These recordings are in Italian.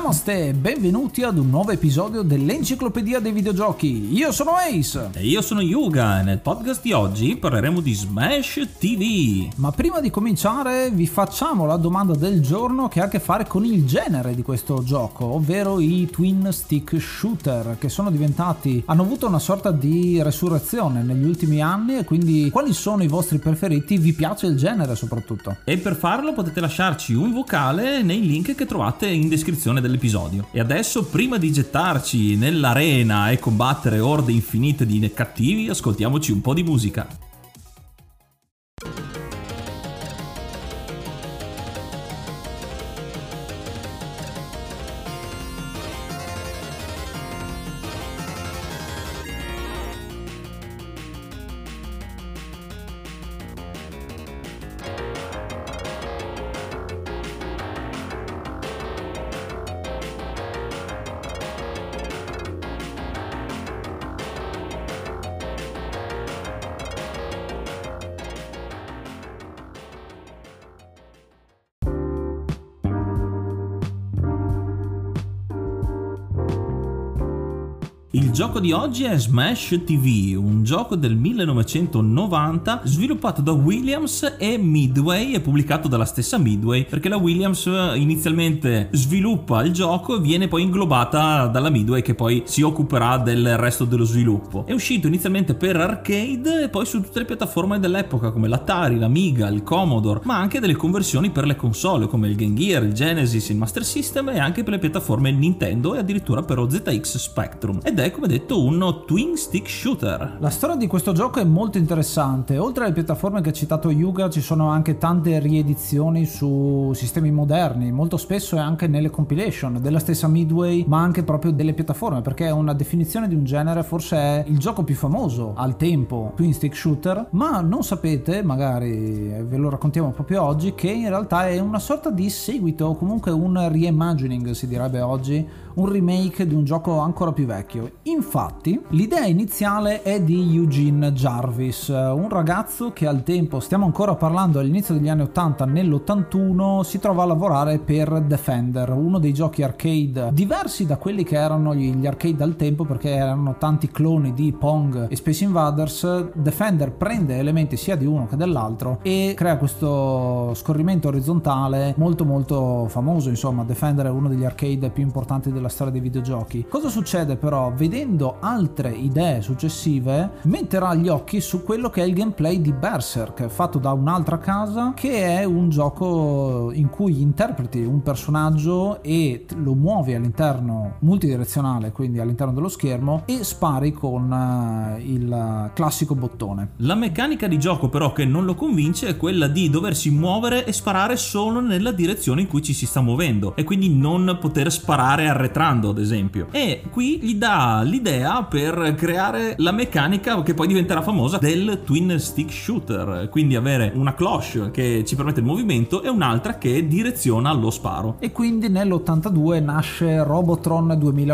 Namaste e benvenuti ad un nuovo episodio dell'Enciclopedia dei Videogiochi. Io sono Ace. E io sono Yuga e nel podcast di oggi parleremo di Smash TV. Ma prima di cominciare vi facciamo la domanda del giorno che ha a che fare con il genere di questo gioco, ovvero i twin stick shooter, che hanno avuto una sorta di resurrezione negli ultimi anni, e quindi quali sono i vostri preferiti? Vi piace il genere soprattutto? E per farlo potete lasciarci un vocale nei link che trovate in descrizione dell'episodio. E adesso, prima di gettarci nell'arena e combattere orde infinite di cattivi, ascoltiamoci un po' di musica. Il gioco di oggi è Smash TV, un gioco del 1990 sviluppato da Williams e Midway e pubblicato dalla stessa Midway, perché la Williams inizialmente sviluppa il gioco e viene poi inglobata dalla Midway, che poi si occuperà del resto dello sviluppo. È uscito inizialmente per arcade e poi su tutte le piattaforme dell'epoca come l'Atari, l'Amiga, il Commodore, ma anche delle conversioni per le console come il Game Gear, il Genesis, il Master System e anche per le piattaforme Nintendo e addirittura per lo ZX Spectrum. Ed è, come detto, un twin stick shooter. La storia di questo gioco è molto interessante. Oltre alle piattaforme che ha citato Yuga, ci sono anche tante riedizioni su sistemi moderni, molto spesso è anche nelle compilation della stessa Midway, ma anche proprio delle piattaforme, perché è una definizione di un genere, forse è il gioco più famoso al tempo, twin stick shooter. Ma non sapete, magari ve lo raccontiamo proprio oggi, che in realtà è una sorta di seguito, o comunque un reimagining si direbbe oggi, un remake di un gioco ancora più vecchio. Infatti, l'idea iniziale è di Eugene Jarvis, un ragazzo che al tempo, stiamo ancora parlando all'inizio degli anni 80, nell'81 si trova a lavorare per Defender, uno dei giochi arcade diversi da quelli che erano gli arcade al tempo, perché erano tanti cloni di Pong e Space Invaders. Defender prende elementi sia di uno che dell'altro e crea questo scorrimento orizzontale molto molto famoso. Insomma, Defender è uno degli arcade più importanti della storia dei videogiochi. Cosa succede però? Vedendo altre idee successive, metterà gli occhi su quello che è il gameplay di Berserk, fatto da un'altra casa, che è un gioco in cui interpreti un personaggio e lo muovi all'interno multidirezionale, quindi all'interno dello schermo, e spari con il classico bottone. La meccanica di gioco però che non lo convince è quella di doversi muovere e sparare solo nella direzione in cui ci si sta muovendo, e quindi non poter sparare arretrando, ad esempio. E qui gli dà l'idea per creare la meccanica che poi diventerà famosa del twin stick shooter, quindi avere una cloche che ci permette il movimento e un'altra che direziona lo sparo. E quindi nell'82 nasce Robotron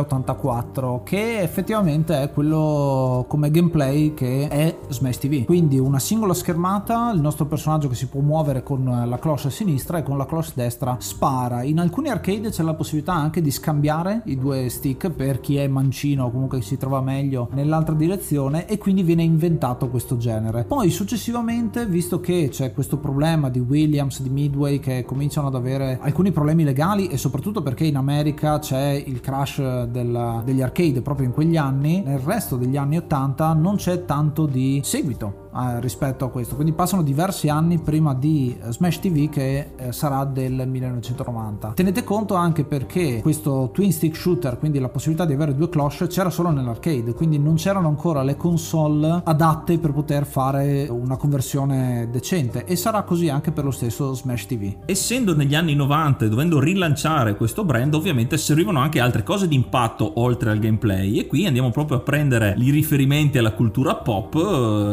2084, che effettivamente è quello come gameplay che è Smash TV, quindi una singola schermata, il nostro personaggio che si può muovere con la cloche a sinistra e con la cloche destra spara. In alcuni arcade c'è la possibilità anche di scambiare i due stick per chi è mancino o comunque si trova meglio nell'altra direzione, e quindi viene inventato questo genere. Poi successivamente, visto che c'è questo problema di Williams, di Midway, che cominciano ad avere alcuni problemi legali, e soprattutto perché in America c'è il crash degli arcade proprio in quegli anni, nel resto degli anni 80 non c'è tanto di seguito rispetto a questo, quindi passano diversi anni prima di Smash TV, che sarà del 1990. Tenete conto anche perché questo twin stick shooter, quindi la possibilità di avere due cloche, c'era solo nell'arcade, quindi non c'erano ancora le console adatte per poter fare una conversione decente, e sarà così anche per lo stesso Smash TV. Essendo negli anni 90 e dovendo rilanciare questo brand, ovviamente servivano anche altre cose di impatto oltre al gameplay, e qui andiamo proprio a prendere i riferimenti alla cultura pop, e in questo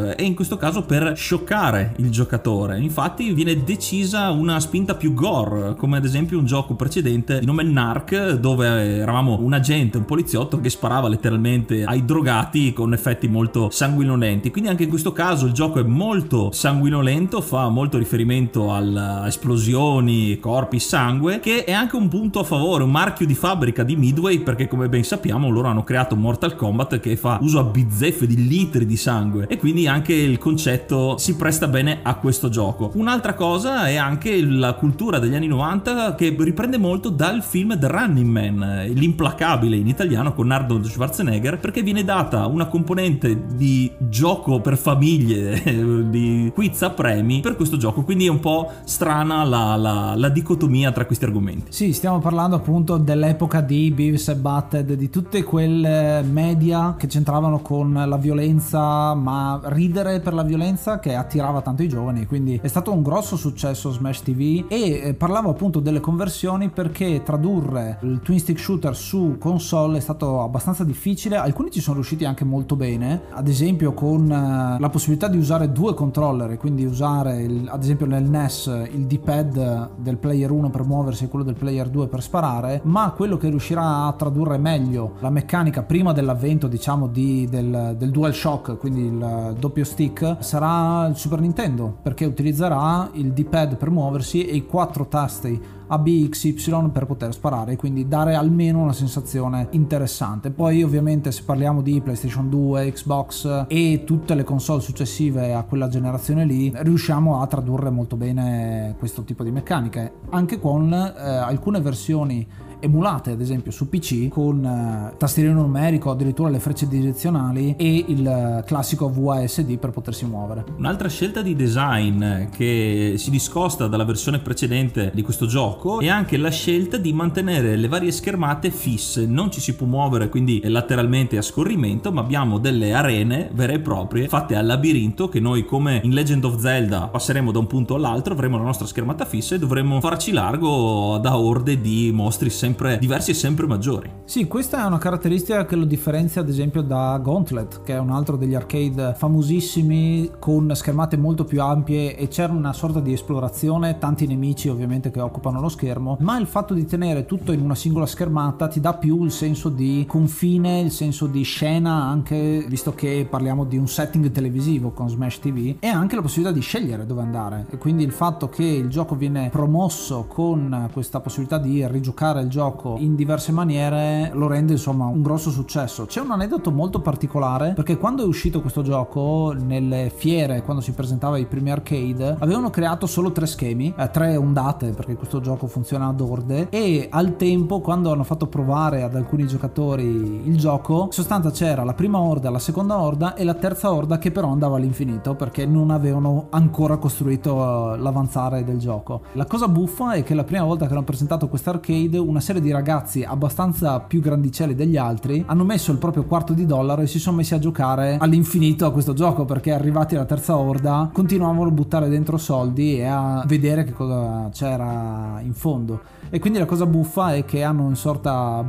questo caso per scioccare il giocatore. Infatti viene decisa una spinta più gore, come ad esempio un gioco precedente di nome Narc, dove eravamo un agente, un poliziotto che sparava letteralmente ai drogati con effetti molto sanguinolenti. Quindi anche in questo caso il gioco è molto sanguinolento, fa molto riferimento a esplosioni, corpi, sangue, che è anche un punto a favore, un marchio di fabbrica di Midway, perché come ben sappiamo loro hanno creato Mortal Kombat che fa uso a bizzeffe di litri di sangue, e quindi anche il concetto si presta bene a questo gioco. Un'altra cosa è anche la cultura degli anni 90 che riprende molto dal film The Running Man, l'implacabile in italiano, con Arnold Schwarzenegger, perché viene data una componente di gioco per famiglie, di quiz a premi per questo gioco, quindi è un po' strana la dicotomia tra questi argomenti. Sì, stiamo parlando appunto dell'epoca di Beavis e Butthead, di tutte quelle media che c'entravano con la violenza, ma ridere per la violenza, che attirava tanto i giovani, quindi è stato un grosso successo Smash TV. E parlavo appunto delle conversioni perché tradurre il twin stick shooter su console è stato abbastanza difficile. Alcuni ci sono riusciti anche molto bene, ad esempio con la possibilità di usare due controller, quindi usare ad esempio nel NES il D-pad del player 1 per muoversi e quello del player 2 per sparare. Ma quello che riuscirà a tradurre meglio la meccanica prima dell'avvento, diciamo, del DualShock, quindi il doppio stick, sarà il Super Nintendo, perché utilizzerà il D-pad per muoversi e i 4 tasti A, B, X, Y per poter sparare, quindi dare almeno una sensazione interessante. Poi ovviamente se parliamo di PlayStation 2, Xbox e tutte le console successive a quella generazione lì, riusciamo a tradurre molto bene questo tipo di meccaniche, anche con alcune versioni emulate ad esempio su PC con tastierino numerico, addirittura le frecce direzionali e il classico VASD per potersi muovere. Un'altra scelta di design che si discosta dalla versione precedente di questo gioco è anche la scelta di mantenere le varie schermate fisse. Non ci si può muovere quindi lateralmente a scorrimento, ma abbiamo delle arene vere e proprie fatte al labirinto, che noi, come in Legend of Zelda, passeremo da un punto all'altro, avremo la nostra schermata fissa e dovremo farci largo da orde di mostri sempre diversi e sempre maggiori. Sì, questa è una caratteristica che lo differenzia ad esempio da Gauntlet, che è un altro degli arcade famosissimi con schermate molto più ampie e c'era una sorta di esplorazione, tanti nemici ovviamente che occupano lo schermo, ma il fatto di tenere tutto in una singola schermata ti dà più il senso di confine, il senso di scena, anche visto che parliamo di un setting televisivo con Smash TV, e anche la possibilità di scegliere dove andare. E quindi il fatto che il gioco viene promosso con questa possibilità di rigiocare il gioco in diverse maniere lo rende insomma un grosso successo. C'è un aneddoto molto particolare, perché quando è uscito questo gioco nelle fiere, quando si presentava i primi arcade, avevano creato solo 3 schemi, 3 ondate, perché questo gioco funziona ad orde, e al tempo, quando hanno fatto provare ad alcuni giocatori il gioco, in sostanza c'era la prima orda, la seconda orda e la terza orda, che però andava all'infinito perché non avevano ancora costruito l'avanzare del gioco. La cosa buffa è che la prima volta che hanno presentato quest'arcade, una serie di ragazzi abbastanza più grandicelli degli altri hanno messo il proprio $1 e si sono messi a giocare all'infinito a questo gioco, perché arrivati alla terza orda continuavano a buttare dentro soldi e a vedere che cosa c'era in fondo. E quindi la cosa buffa è che hanno in sorta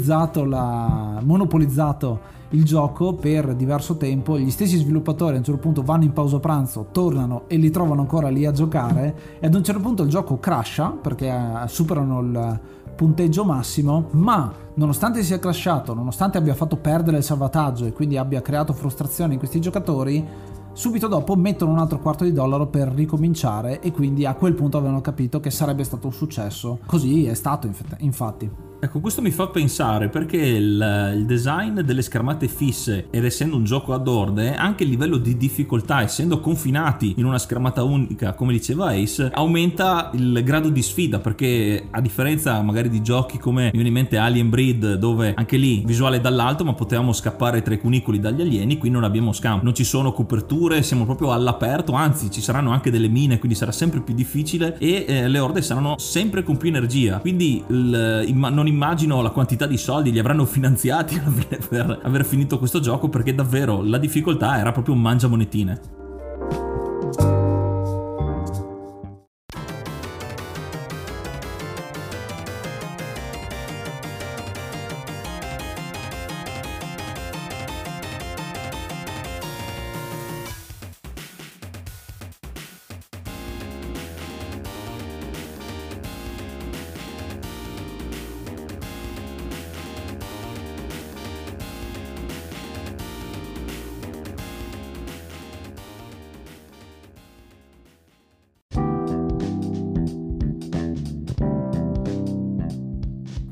monopolizzato il gioco per diverso tempo. Gli stessi sviluppatori a un certo punto vanno in pausa pranzo, tornano e li trovano ancora lì a giocare, e ad un certo punto il gioco crasha perché superano il punteggio massimo, ma nonostante sia crashato, nonostante abbia fatto perdere il salvataggio e quindi abbia creato frustrazione in questi giocatori, subito dopo mettono un altro $1 per ricominciare, e quindi a quel punto avevano capito che sarebbe stato un successo. Così è stato infatti. Ecco, questo mi fa pensare, perché il design delle schermate fisse, ed essendo un gioco ad orde, anche il livello di difficoltà, essendo confinati in una schermata unica, come diceva Ace, aumenta il grado di sfida, perché a differenza magari di giochi come mi viene in mente Alien Breed, dove anche lì visuale dall'alto ma potevamo scappare tra i cunicoli dagli alieni, qui non abbiamo scampo, non ci sono coperture, siamo proprio all'aperto, anzi ci saranno anche delle mine, quindi sarà sempre più difficile, e le orde saranno sempre con più energia, quindi non immagino la quantità di soldi li avranno finanziati per aver finito questo gioco, perché davvero la difficoltà era proprio un mangiamonetine.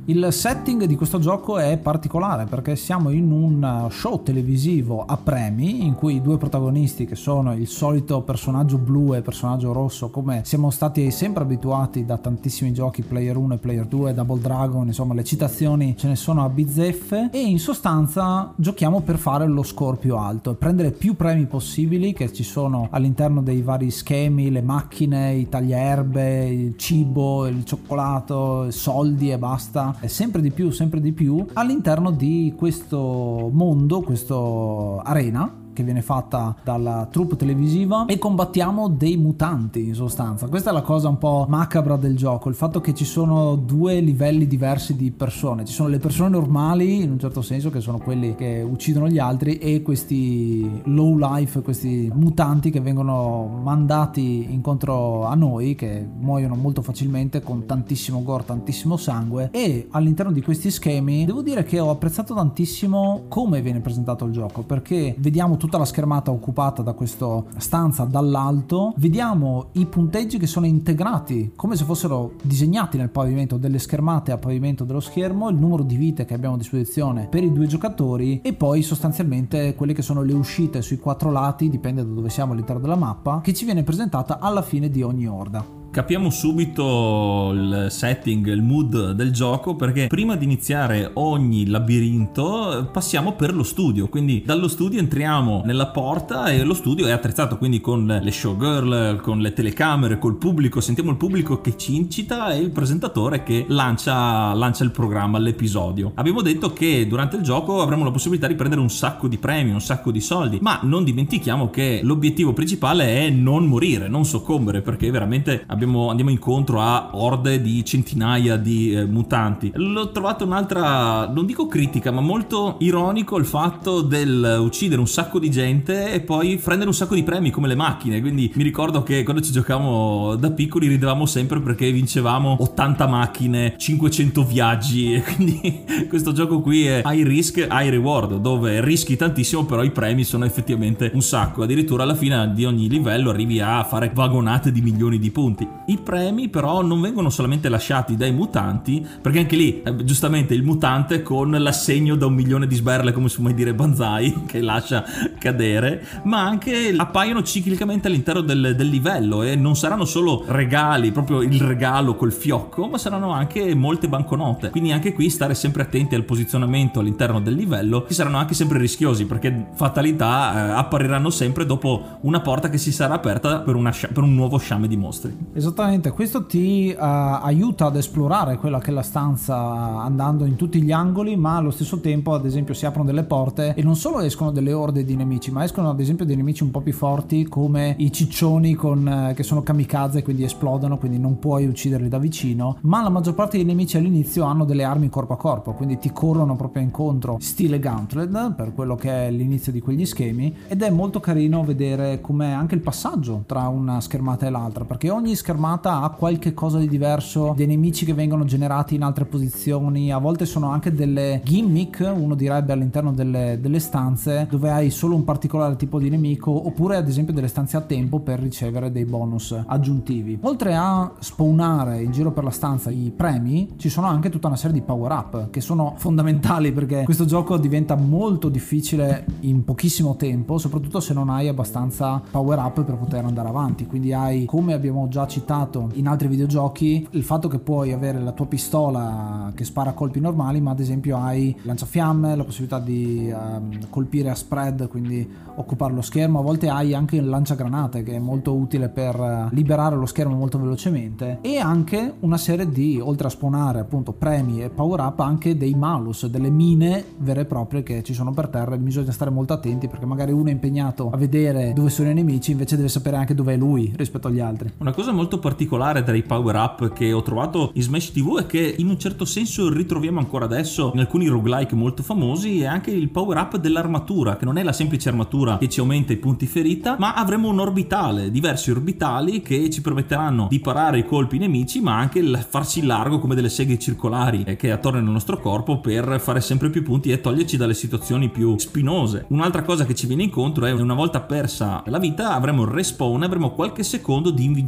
Il setting di questo gioco è particolare perché siamo in un show televisivo a premi in cui i due protagonisti, che sono il solito personaggio blu e personaggio rosso, come siamo stati sempre abituati da tantissimi giochi Player 1 e Player 2, Double Dragon, insomma le citazioni ce ne sono a bizzeffe, e in sostanza giochiamo per fare lo score più alto e prendere più premi possibili che ci sono all'interno dei vari schemi, le macchine, i tagliaerbe, il cibo, il cioccolato, soldi e basta. Sempre di più all'interno di questo mondo, questo arena che viene fatta dalla troupe televisiva, e combattiamo dei mutanti in sostanza. Questa è la cosa un po' macabra del gioco, il fatto che ci sono due livelli diversi di persone. Ci sono le persone normali in un certo senso, che sono quelli che uccidono gli altri, e questi low life, questi mutanti che vengono mandati incontro a noi, che muoiono molto facilmente con tantissimo gore, tantissimo sangue. E all'interno di questi schemi devo dire che ho apprezzato tantissimo come viene presentato il gioco, perché vediamo tutta la schermata occupata da questa stanza dall'alto, vediamo i punteggi che sono integrati come se fossero disegnati nel pavimento delle schermate a pavimento dello schermo, il numero di vite che abbiamo a disposizione per i due giocatori, e poi sostanzialmente quelle che sono le uscite sui 4 lati, dipende da dove siamo all'interno della mappa, che ci viene presentata alla fine di ogni orda. Capiamo subito il setting, il mood del gioco, perché prima di iniziare ogni labirinto passiamo per lo studio, quindi dallo studio entriamo nella porta e lo studio è attrezzato quindi con le showgirl, con le telecamere, col pubblico, sentiamo il pubblico che ci incita e il presentatore che lancia il programma, l'episodio. Abbiamo detto che durante il gioco avremo la possibilità di prendere un sacco di premi, un sacco di soldi, ma non dimentichiamo che l'obiettivo principale è non morire, non soccombere, perché veramente andiamo incontro a orde di centinaia di mutanti. L'ho trovato un'altra, non dico critica, ma molto ironico il fatto del uccidere un sacco di gente e poi prendere un sacco di premi come le macchine. Quindi mi ricordo che quando ci giocavamo da piccoli ridevamo sempre perché vincevamo 80 macchine, 500 viaggi, e quindi questo gioco qui è high risk, high reward, dove rischi tantissimo però i premi sono effettivamente un sacco. Addirittura alla fine di ogni livello arrivi a fare vagonate di milioni di punti. I premi però non vengono solamente lasciati dai mutanti, perché anche lì giustamente il mutante con l'assegno da 1 milione di sberle, come si può mai dire, Banzai, che lascia cadere, ma anche appaiono ciclicamente all'interno del livello, e non saranno solo regali, proprio il regalo col fiocco, ma saranno anche molte banconote. Quindi anche qui stare sempre attenti al posizionamento all'interno del livello, che saranno anche sempre rischiosi, perché fatalità appariranno sempre dopo una porta che si sarà aperta per un nuovo sciame di mostri. Esattamente, questo ti aiuta ad esplorare quella che è la stanza andando in tutti gli angoli, ma allo stesso tempo ad esempio si aprono delle porte e non solo escono delle orde di nemici, ma escono ad esempio dei nemici un po' più forti come i ciccioni che sono kamikaze, quindi esplodono, quindi non puoi ucciderli da vicino, ma la maggior parte dei nemici all'inizio hanno delle armi corpo a corpo, quindi ti corrono proprio incontro, stile Gauntlet, per quello che è l'inizio di quegli schemi, ed è molto carino vedere com'è anche il passaggio tra una schermata e l'altra, perché ogni schermata ha qualche cosa di diverso, dei nemici che vengono generati in altre posizioni, a volte sono anche delle gimmick, uno direbbe, all'interno delle stanze dove hai solo un particolare tipo di nemico, oppure ad esempio delle stanze a tempo per ricevere dei bonus aggiuntivi. Oltre a spawnare in giro per la stanza i premi, ci sono anche tutta una serie di power up che sono fondamentali, perché questo gioco diventa molto difficile in pochissimo tempo, soprattutto se non hai abbastanza power up per poter andare avanti. Quindi hai, come abbiamo già citato in altri videogiochi, il fatto che puoi avere la tua pistola che spara colpi normali, ma ad esempio hai lanciafiamme, la possibilità di colpire a spread, quindi occupare lo schermo. A volte hai anche il lanciagranate, che è molto utile per liberare lo schermo molto velocemente, e anche una serie di, oltre a spawnare appunto premi e power up, anche dei malus, delle mine vere e proprie che ci sono per terra. Bisogna stare molto attenti, perché magari uno è impegnato a vedere dove sono i nemici, invece deve sapere anche dove è lui rispetto agli altri. Una cosa molto particolare tra i power up che ho trovato in Smash TV è che in un certo senso ritroviamo ancora adesso in alcuni roguelike molto famosi, è anche il power up dell'armatura, che non è la semplice armatura che ci aumenta i punti ferita, ma avremo un orbitale, diversi orbitali che ci permetteranno di parare i colpi nemici, ma anche farci largo come delle seghe circolari che attornano il nostro corpo per fare sempre più punti e toglierci dalle situazioni più spinose. Un'altra cosa che ci viene incontro è, una volta persa la vita, avremo il respawn, avremo qualche secondo di invincibilità.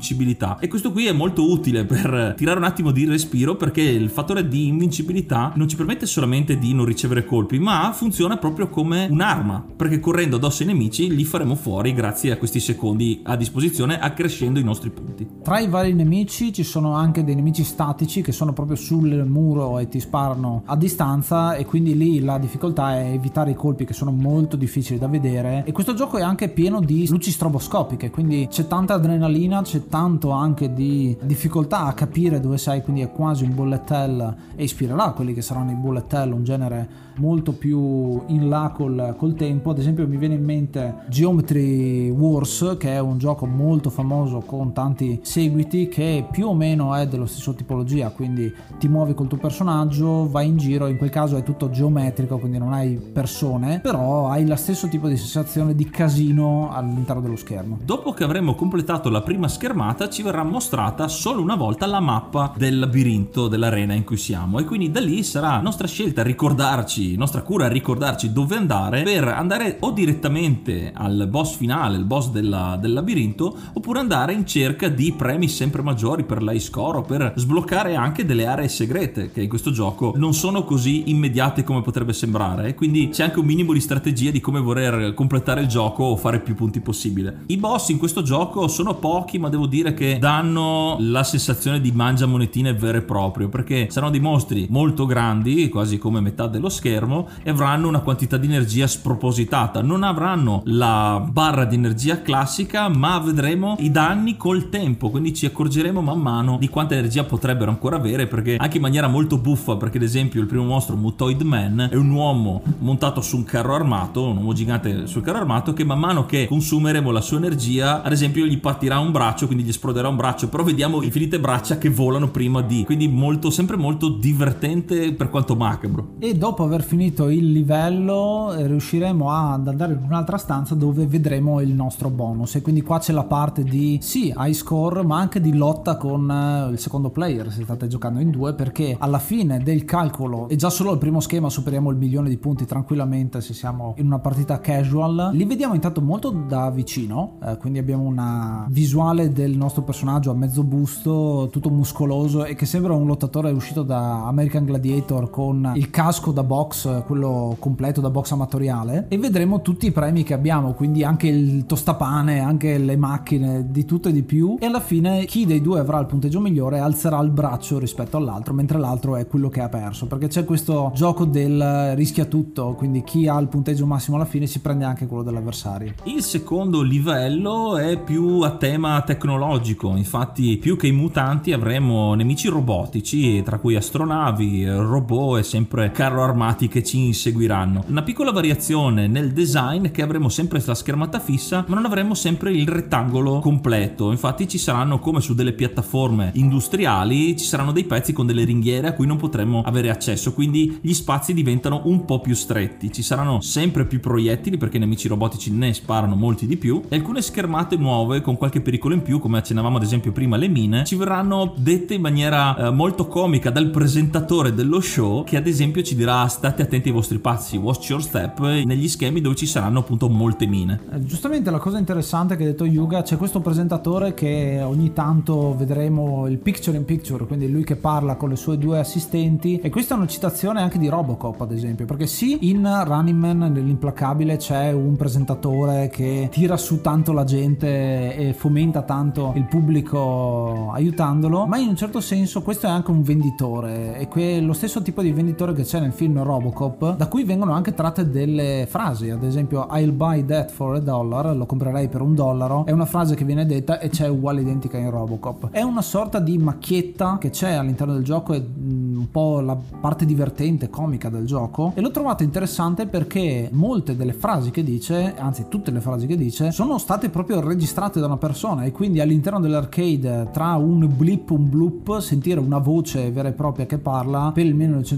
invincibilità, e questo qui è molto utile per tirare un attimo di respiro, perché il fattore di invincibilità non ci permette solamente di non ricevere colpi, ma funziona proprio come un'arma, perché correndo addosso ai nemici li faremo fuori grazie a questi secondi a disposizione, accrescendo i nostri punti. Tra i vari nemici ci sono anche dei nemici statici che sono proprio sul muro e ti sparano a distanza, e quindi lì la difficoltà è evitare i colpi, che sono molto difficili da vedere. E questo gioco è anche pieno di luci stroboscopiche, quindi c'è tanta adrenalina, c'è tanto anche di difficoltà a capire dove sei, quindi è quasi un bullet hell, e ispirerà quelli che saranno i bullet hell, un genere molto più in là col tempo. Ad esempio mi viene in mente Geometry Wars, che è un gioco molto famoso con tanti seguiti, che più o meno è dello stesso tipologia, quindi ti muovi col tuo personaggio, vai in giro, in quel caso è tutto geometrico, quindi non hai persone, però hai lo stesso tipo di sensazione di casino all'interno dello schermo. Dopo che avremo completato la prima schermata ci verrà mostrata solo una volta la mappa del labirinto, dell'arena in cui siamo, e quindi da lì sarà nostra scelta ricordarci, nostra cura ricordarci dove andare, per andare o direttamente al boss finale, il boss del labirinto, oppure andare in cerca di premi sempre maggiori per l'high score, o per sbloccare anche delle aree segrete che in questo gioco non sono così immediate come potrebbe sembrare, quindi c'è anche un minimo di strategia di come voler completare il gioco o fare più punti possibile. I boss in questo gioco sono pochi, ma devo dire che danno la sensazione di mangia monetine vero e proprio, perché saranno dei mostri molto grandi, quasi come metà dello schermo, e avranno una quantità di energia spropositata. Non avranno la barra di energia classica, ma vedremo i danni col tempo, quindi ci accorgeremo man mano di quanta energia potrebbero ancora avere, perché anche in maniera molto buffa, perché ad esempio il primo mostro, Mutoid Man, è un uomo montato su un carro armato, un uomo gigante sul carro armato, che man mano che consumeremo la sua energia, ad esempio gli partirà un braccio, quindi gli esploderà un braccio, però vediamo infinite braccia che volano prima di, quindi molto, sempre molto divertente per quanto macabro. E dopo aver finito il livello riusciremo ad andare in un'altra stanza dove vedremo il nostro bonus, e quindi qua c'è la parte di sì high score, ma anche di lotta con il secondo player se state giocando in due, perché alla fine del calcolo, e già solo al primo schema superiamo il 1.000.000 di punti tranquillamente se siamo in una partita casual. Li vediamo intanto molto da vicino, quindi abbiamo una visuale del nostro personaggio a mezzo busto, tutto muscoloso, e che sembra un lottatore uscito da American Gladiator con il casco da box, quello completo da box amatoriale, e vedremo tutti i premi che abbiamo, quindi anche il tostapane, anche le macchine, di tutto e di più, e alla fine chi dei due avrà il punteggio migliore alzerà il braccio rispetto all'altro, mentre l'altro è quello che ha perso, perché c'è questo gioco del rischia tutto, quindi chi ha il punteggio massimo alla fine si prende anche quello dell'avversario. Il secondo livello è più a tema tecnologico, infatti più che i mutanti avremo nemici robotici, tra cui astronavi, robot e sempre carro armati che ci inseguiranno. Una piccola variazione nel design, che avremo sempre la schermata fissa, ma non avremo sempre il rettangolo completo, infatti ci saranno, come su delle piattaforme industriali, ci saranno dei pezzi con delle ringhiere a cui non potremo avere accesso, quindi gli spazi diventano un po' più stretti, ci saranno sempre più proiettili perché i nemici robotici ne sparano molti di più, e alcune schermate nuove con qualche pericolo in più, come accennavamo ad esempio prima le mine, ci verranno dette in maniera molto comica dal presentatore dello show, che ad esempio ci dirà state attenti ai vostri passi, watch your step, negli schemi dove ci saranno appunto molte mine. Giustamente la cosa interessante che ha detto Yuga, c'è questo presentatore che ogni tanto vedremo il picture in picture, quindi lui che parla con le sue due assistenti, e questa è una citazione anche di Robocop ad esempio, perché sì, in Running Man, nell'Implacabile, c'è un presentatore che tira su tanto la gente e fomenta tanto il pubblico aiutandolo, ma in un certo senso questo è anche un venditore, e lo stesso tipo di venditore che c'è nel film Robocop, da cui vengono anche tratte delle frasi, ad esempio I'll buy that for $1, lo comprerei per $1, è una frase che viene detta e c'è uguale identica in Robocop. È una sorta di macchietta che c'è all'interno del gioco, è un po' la parte divertente, comica del gioco, e l'ho trovato interessante perché molte delle frasi che dice, anzi tutte le frasi che dice, sono state proprio registrate da una persona, e quindi all'interno dell'arcade, tra un blip, un bloop, sentire una voce vera e propria che parla per il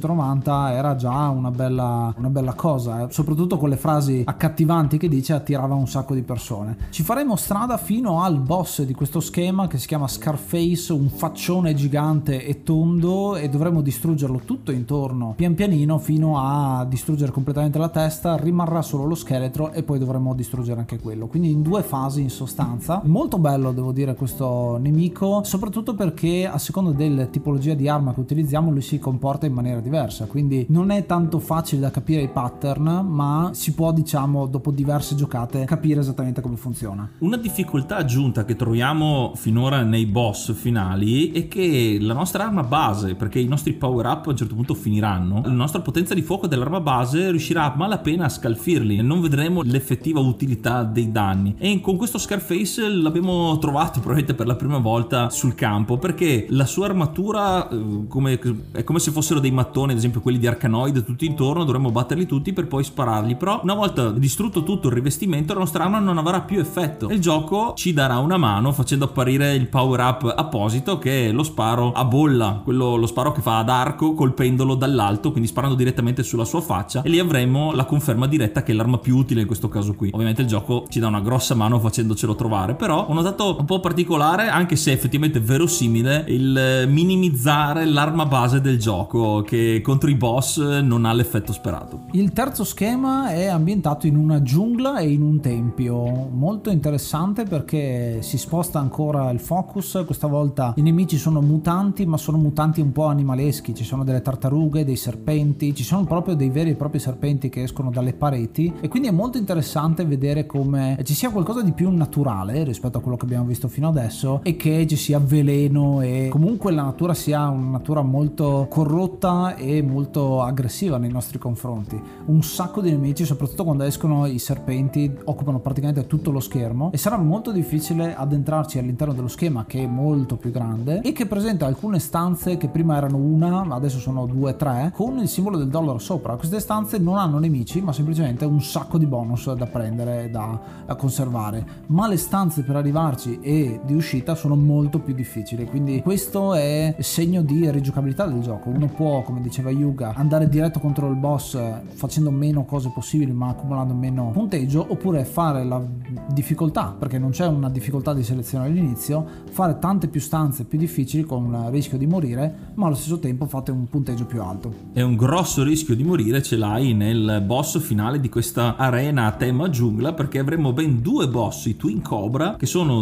1990 era già una bella cosa, soprattutto con le frasi accattivanti che dice, attirava un sacco di persone. Ci faremo strada fino al boss di questo schema che si chiama Scarface, un faccione gigante e tondo, e dovremo distruggere distruggerlo tutto intorno pian pianino fino a distruggere completamente la testa, rimarrà solo lo scheletro e poi dovremo distruggere anche quello, quindi in 2 fasi in sostanza. Molto bello, devo dire, questo nemico, soprattutto perché a seconda della tipologia di arma che utilizziamo lui si comporta in maniera diversa, quindi non è tanto facile da capire i pattern, ma si può, diciamo, dopo diverse giocate capire esattamente come funziona. Una difficoltà aggiunta che troviamo finora nei boss finali è che la nostra arma base, perché i nostri power up a un certo punto finiranno, la nostra potenza di fuoco dell'arma base riuscirà a malapena a scalfirli, non vedremo l'effettiva utilità dei danni. E con questo Scarface l'abbiamo trovato probabilmente per la prima volta sul campo, perché la sua armatura è come se fossero dei mattoni, ad esempio quelli di Arkanoid tutti intorno, dovremmo batterli tutti per poi spararli, però una volta distrutto tutto il rivestimento la nostra arma non avrà più effetto e il gioco ci darà una mano facendo apparire il power up apposito, che è lo sparo a bolla, lo sparo che fa ad arco colpendolo dall'alto, quindi sparando direttamente sulla sua faccia, e lì avremo la conferma diretta che è l'arma più utile in questo caso qui. Ovviamente il gioco ci dà una grossa mano facendocelo trovare, però ho notato un po' particolare, anche se effettivamente verosimile, il minimizzare l'arma base del gioco che contro i boss non ha l'effetto sperato. Il terzo schema è ambientato in una giungla e in un tempio, molto interessante perché si sposta ancora il focus. Questa volta i nemici sono mutanti, ma sono mutanti un po' animaleschi, ci sono delle tartarughe, dei serpenti, ci sono proprio dei veri e propri serpenti che escono dalle pareti, e quindi è molto interessante vedere come ci sia qualcosa di più naturale rispetto a quello che abbiamo visto fino adesso, e che ci sia veleno e comunque la natura sia una natura molto corrotta e molto aggressiva nei nostri confronti. Un sacco di nemici, soprattutto quando escono i serpenti, occupano praticamente tutto lo schermo e sarà molto difficile addentrarci all'interno dello schema, che è molto più grande e che presenta alcune stanze che prima erano una, adesso sono 2 3, con il simbolo del dollaro sopra. Queste stanze non hanno nemici, ma semplicemente un sacco di bonus da prendere e da conservare, ma le stanze per arrivarci e di uscita sono molto più difficili, quindi questo è segno di rigiocabilità del gioco. Uno può, come diceva Yuga, andare diretto contro il boss facendo meno cose possibili ma accumulando meno punteggio, oppure fare la difficoltà, perché non c'è una difficoltà di selezione all'inizio, fare tante più stanze più difficili con un rischio di morire, ma allo stesso tempo fate un punteggio più alto. È un grosso rischio di morire ce l'hai nel boss finale di questa arena a tema giungla, perché avremo ben 2 boss, i Twin Cobra, che sono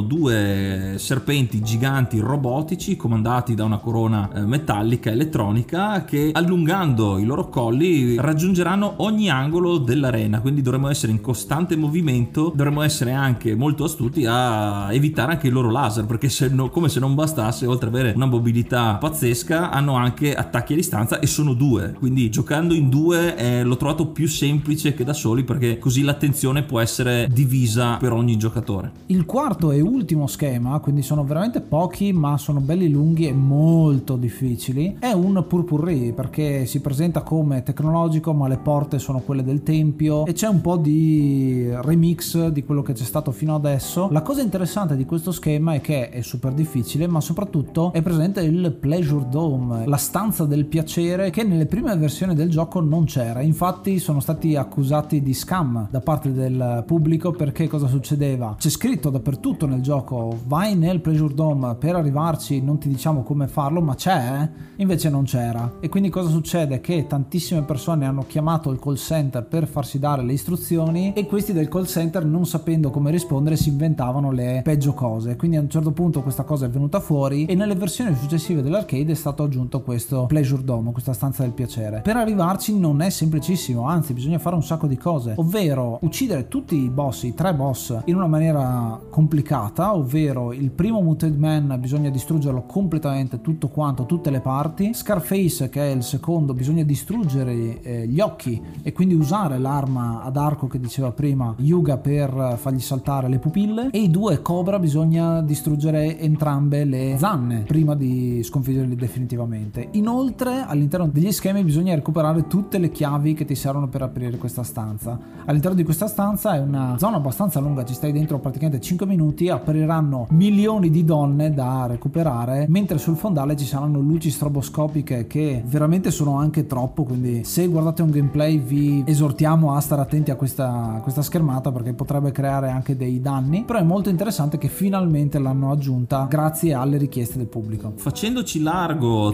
2 serpenti giganti robotici comandati da una corona metallica elettronica, che allungando i loro colli raggiungeranno ogni angolo dell'arena, quindi dovremo essere in costante movimento, dovremo essere anche molto astuti a evitare anche i loro laser, perché come se non bastasse, oltre ad avere una mobilità pazzesca, hanno anche attacchi a distanza e sono 2, quindi giocando in 2 l'ho trovato più semplice che da soli, perché così l'attenzione può essere divisa per ogni giocatore. Il quarto e ultimo schema, quindi sono veramente pochi ma sono belli lunghi e molto difficili, è un purpurri, perché si presenta come tecnologico ma le porte sono quelle del tempio e c'è un po' di remix di quello che c'è stato fino adesso. La cosa interessante di questo schema è che è super difficile, ma soprattutto è presente il Pleasure Dome, la stanza del piacere, che nelle prime versioni del gioco non c'era. Infatti sono stati accusati di scam da parte del pubblico, perché cosa succedeva? C'è scritto dappertutto nel gioco vai nel Pleasure Dome, per arrivarci non ti diciamo come farlo, ma c'è, invece non c'era. E quindi cosa succede? Che tantissime persone hanno chiamato il call center per farsi dare le istruzioni, e questi del call center, non sapendo come rispondere, si inventavano le peggio cose. Quindi a un certo punto questa cosa è venuta fuori e nelle versioni successive dell'arcade è stato aggiunto questo Pleasure Dome, questa stanza del piacere. Per arrivarci non è semplicissimo, anzi bisogna fare un sacco di cose, ovvero uccidere tutti i boss, i 3 boss, in una maniera complicata, ovvero il primo Muted Man bisogna distruggerlo completamente, tutto quanto, tutte le parti. Scarface, che è il secondo, bisogna distruggere gli occhi e quindi usare l'arma ad arco che diceva prima Yuga per fargli saltare le pupille, e i 2 Cobra bisogna distruggere entrambe le zanne prima di sconfiggerli definitivamente. Inoltre all'interno degli schemi bisogna recuperare tutte le chiavi che ti servono per aprire questa stanza. All'interno di questa stanza è una zona abbastanza lunga, ci stai dentro praticamente 5 minuti, apriranno milioni di donne da recuperare, mentre sul fondale ci saranno luci stroboscopiche che veramente sono anche troppo, quindi se guardate un gameplay vi esortiamo a stare attenti a questa schermata, perché potrebbe creare anche dei danni. Però è molto interessante che finalmente l'hanno aggiunta grazie alle richieste del pubblico. Facendoci largo tra le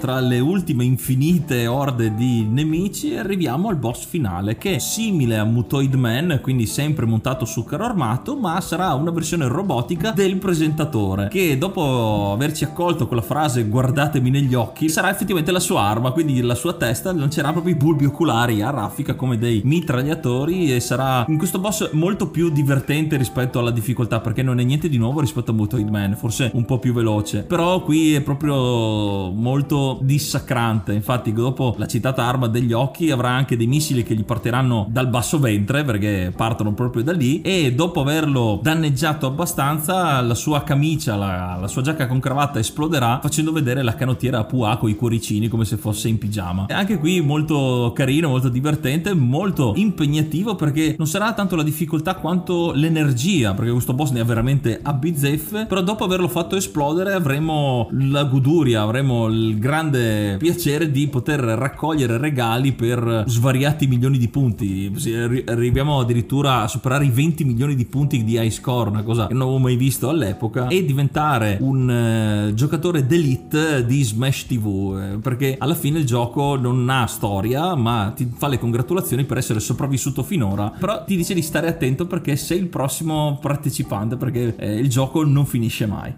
ultime infinite orde di nemici arriviamo al boss finale, che è simile a Mutoid Man, quindi sempre montato su carro armato, ma sarà una versione robotica del presentatore, che dopo averci accolto con la frase guardatemi negli occhi sarà effettivamente la sua arma, quindi la sua testa lancerà proprio i bulbi oculari a raffica come dei mitragliatori, e sarà in questo boss molto più divertente rispetto alla difficoltà, perché non è niente di nuovo rispetto a Mutoid Man, forse un po' più veloce, però qui è proprio molto dissacrante. Infatti dopo la citata arma degli occhi avrà anche dei missili che gli parteranno dal basso ventre, perché partono proprio da lì, e dopo averlo danneggiato abbastanza la sua camicia, la sua giacca con cravatta esploderà, facendo vedere la canottiera a Pua con i cuoricini come se fosse in pigiama. E anche qui molto carino, molto divertente, molto impegnativo, perché non sarà tanto la difficoltà quanto l'energia, perché questo boss ne ha veramente a bizzeffe, però dopo averlo fatto esplodere avremo la goduria, avremo il grande piacere di poter raccogliere regali per svariati milioni di punti. Arriviamo addirittura a superare i 20 milioni di punti di high score, una cosa che non avevo mai visto all'epoca, e diventare un giocatore d'elite di Smash TV, perché alla fine il gioco non ha storia, ma ti fa le congratulazioni per essere sopravvissuto finora, però ti dice di stare attento perché sei il prossimo partecipante, perché il gioco non finisce mai.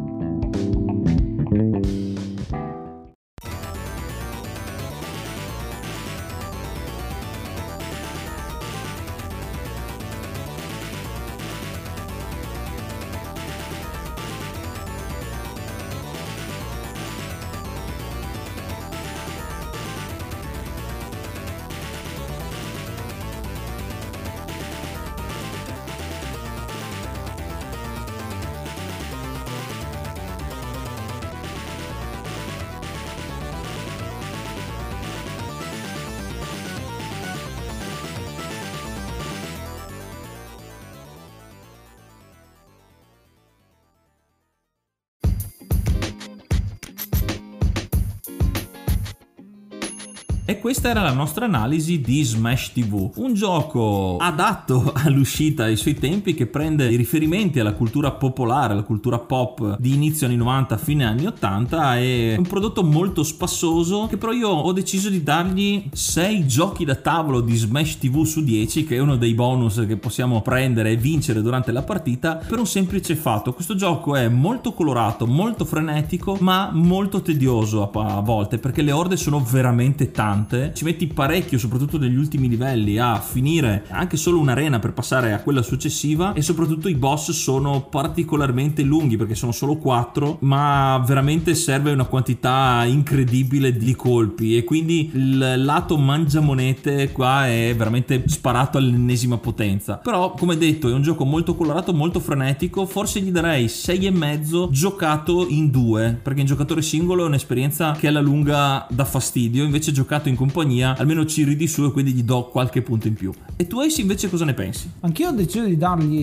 E questa era la nostra analisi di Smash TV, un gioco adatto all'uscita ai suoi tempi, che prende i riferimenti alla cultura popolare, alla cultura pop di inizio anni 90 fine anni 80. È un prodotto molto spassoso, che però io ho deciso di dargli 6 giochi da tavolo di Smash TV su 10, che è uno dei bonus che possiamo prendere e vincere durante la partita, per un semplice fatto: questo gioco è molto colorato, molto frenetico, ma molto tedioso a volte, perché le orde sono veramente tante. Ci metti parecchio, soprattutto negli ultimi livelli, a finire anche solo un'arena per passare a quella successiva, e soprattutto i boss sono particolarmente lunghi, perché sono solo 4, ma veramente serve una quantità incredibile di colpi, e quindi il lato mangiamonete qua è veramente sparato all'ennesima potenza. Però, come detto, è un gioco molto colorato, molto frenetico. Forse gli darei 6,5 giocato in 2, perché in giocatore singolo è un'esperienza che alla lunga dà fastidio, invece giocato in compagnia almeno ci ridi su, e quindi gli do qualche punto in più. E tu, Ace, invece cosa ne pensi? Anch'io ho deciso di dargli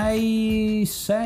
6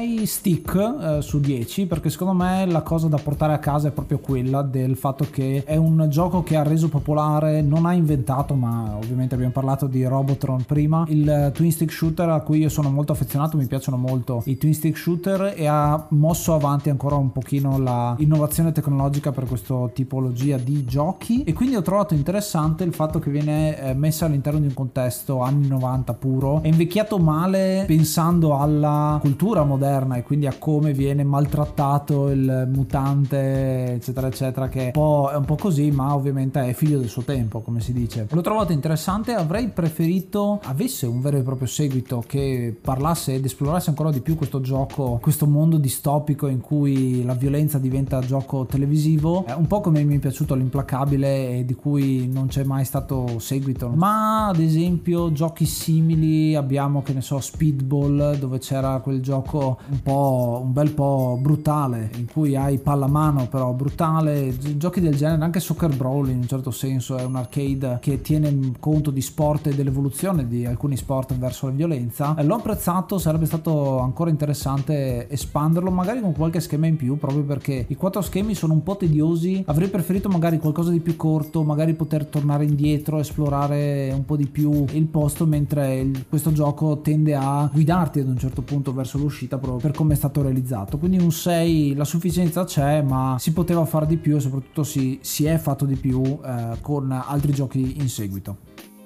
stick su 10, perché secondo me la cosa da portare a casa è proprio quella del fatto che è un gioco che ha reso popolare, non ha inventato, ma ovviamente abbiamo parlato di Robotron prima, il twin stick shooter a cui io sono molto affezionato, mi piacciono molto i twin stick shooter, e ha mosso avanti ancora un pochino la innovazione tecnologica per questa tipologia di giochi. E quindi ho trovato interessante il fatto che viene messa all'interno di un contesto anni 90 puro. È invecchiato male pensando alla cultura moderna e quindi a come viene maltrattato il mutante, eccetera eccetera, che è un po' così, ma ovviamente è figlio del suo tempo, come si dice. L'ho trovato interessante, avrei preferito avesse un vero e proprio seguito che parlasse ed esplorasse ancora di più questo gioco, questo mondo distopico in cui la violenza diventa gioco televisivo, un po' come mi è piaciuto l'Implacabile, e di cui non c'è mai stato seguito. Ma ad esempio giochi simili abbiamo, che ne so, Speedball, dove c'era quel gioco un bel po' brutale, in cui hai pallamano però brutale. Giochi del genere, anche Soccer Brawl in un certo senso è un arcade che tiene conto di sport e dell'evoluzione di alcuni sport verso la violenza. L'ho apprezzato, sarebbe stato ancora interessante espanderlo, magari con qualche schema in più, proprio perché i 4 schemi sono un po' tediosi. Avrei preferito magari qualcosa di più corto, magari poter tornare indietro, esplorare un po' di più il posto, mentre questo gioco tende a guidarti ad un certo punto verso l'uscita proprio per come è stato realizzato. Quindi un 6, la sufficienza c'è, ma si poteva fare di più e soprattutto si è fatto di più con altri giochi in seguito.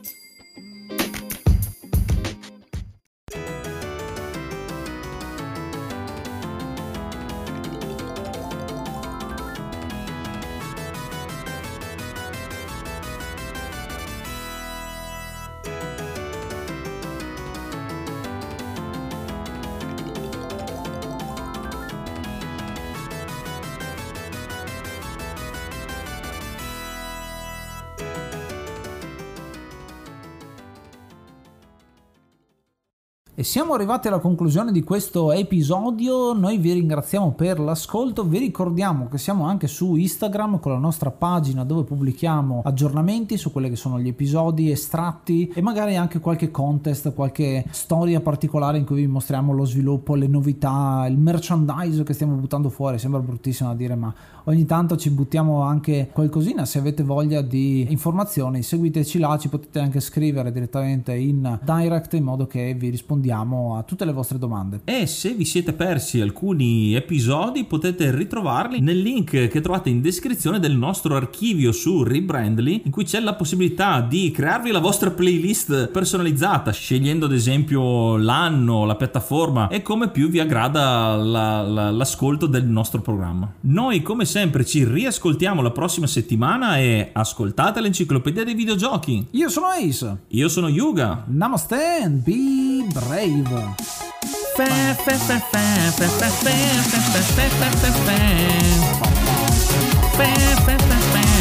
E siamo arrivati alla conclusione di questo episodio. Noi vi ringraziamo per l'ascolto, vi ricordiamo che siamo anche su Instagram con la nostra pagina dove pubblichiamo aggiornamenti su quelli che sono gli episodi, estratti e magari anche qualche contest, qualche storia particolare in cui vi mostriamo lo sviluppo, le novità, il merchandise che stiamo buttando fuori. Sembra bruttissimo da dire, ma ogni tanto ci buttiamo anche qualcosina. Se avete voglia di informazioni seguiteci là, ci potete anche scrivere direttamente in direct in modo che vi rispondiamo a tutte le vostre domande. E se vi siete persi alcuni episodi potete ritrovarli nel link che trovate in descrizione del nostro archivio su Rebrandly, in cui c'è la possibilità di crearvi la vostra playlist personalizzata, scegliendo ad esempio l'anno, la piattaforma e come più vi aggrada l'ascolto del nostro programma. Noi come sempre ci riascoltiamo la prossima settimana e ascoltate l'Enciclopedia dei Videogiochi. Io sono Ace. Io sono Yuga. Namaste and be brave. Fe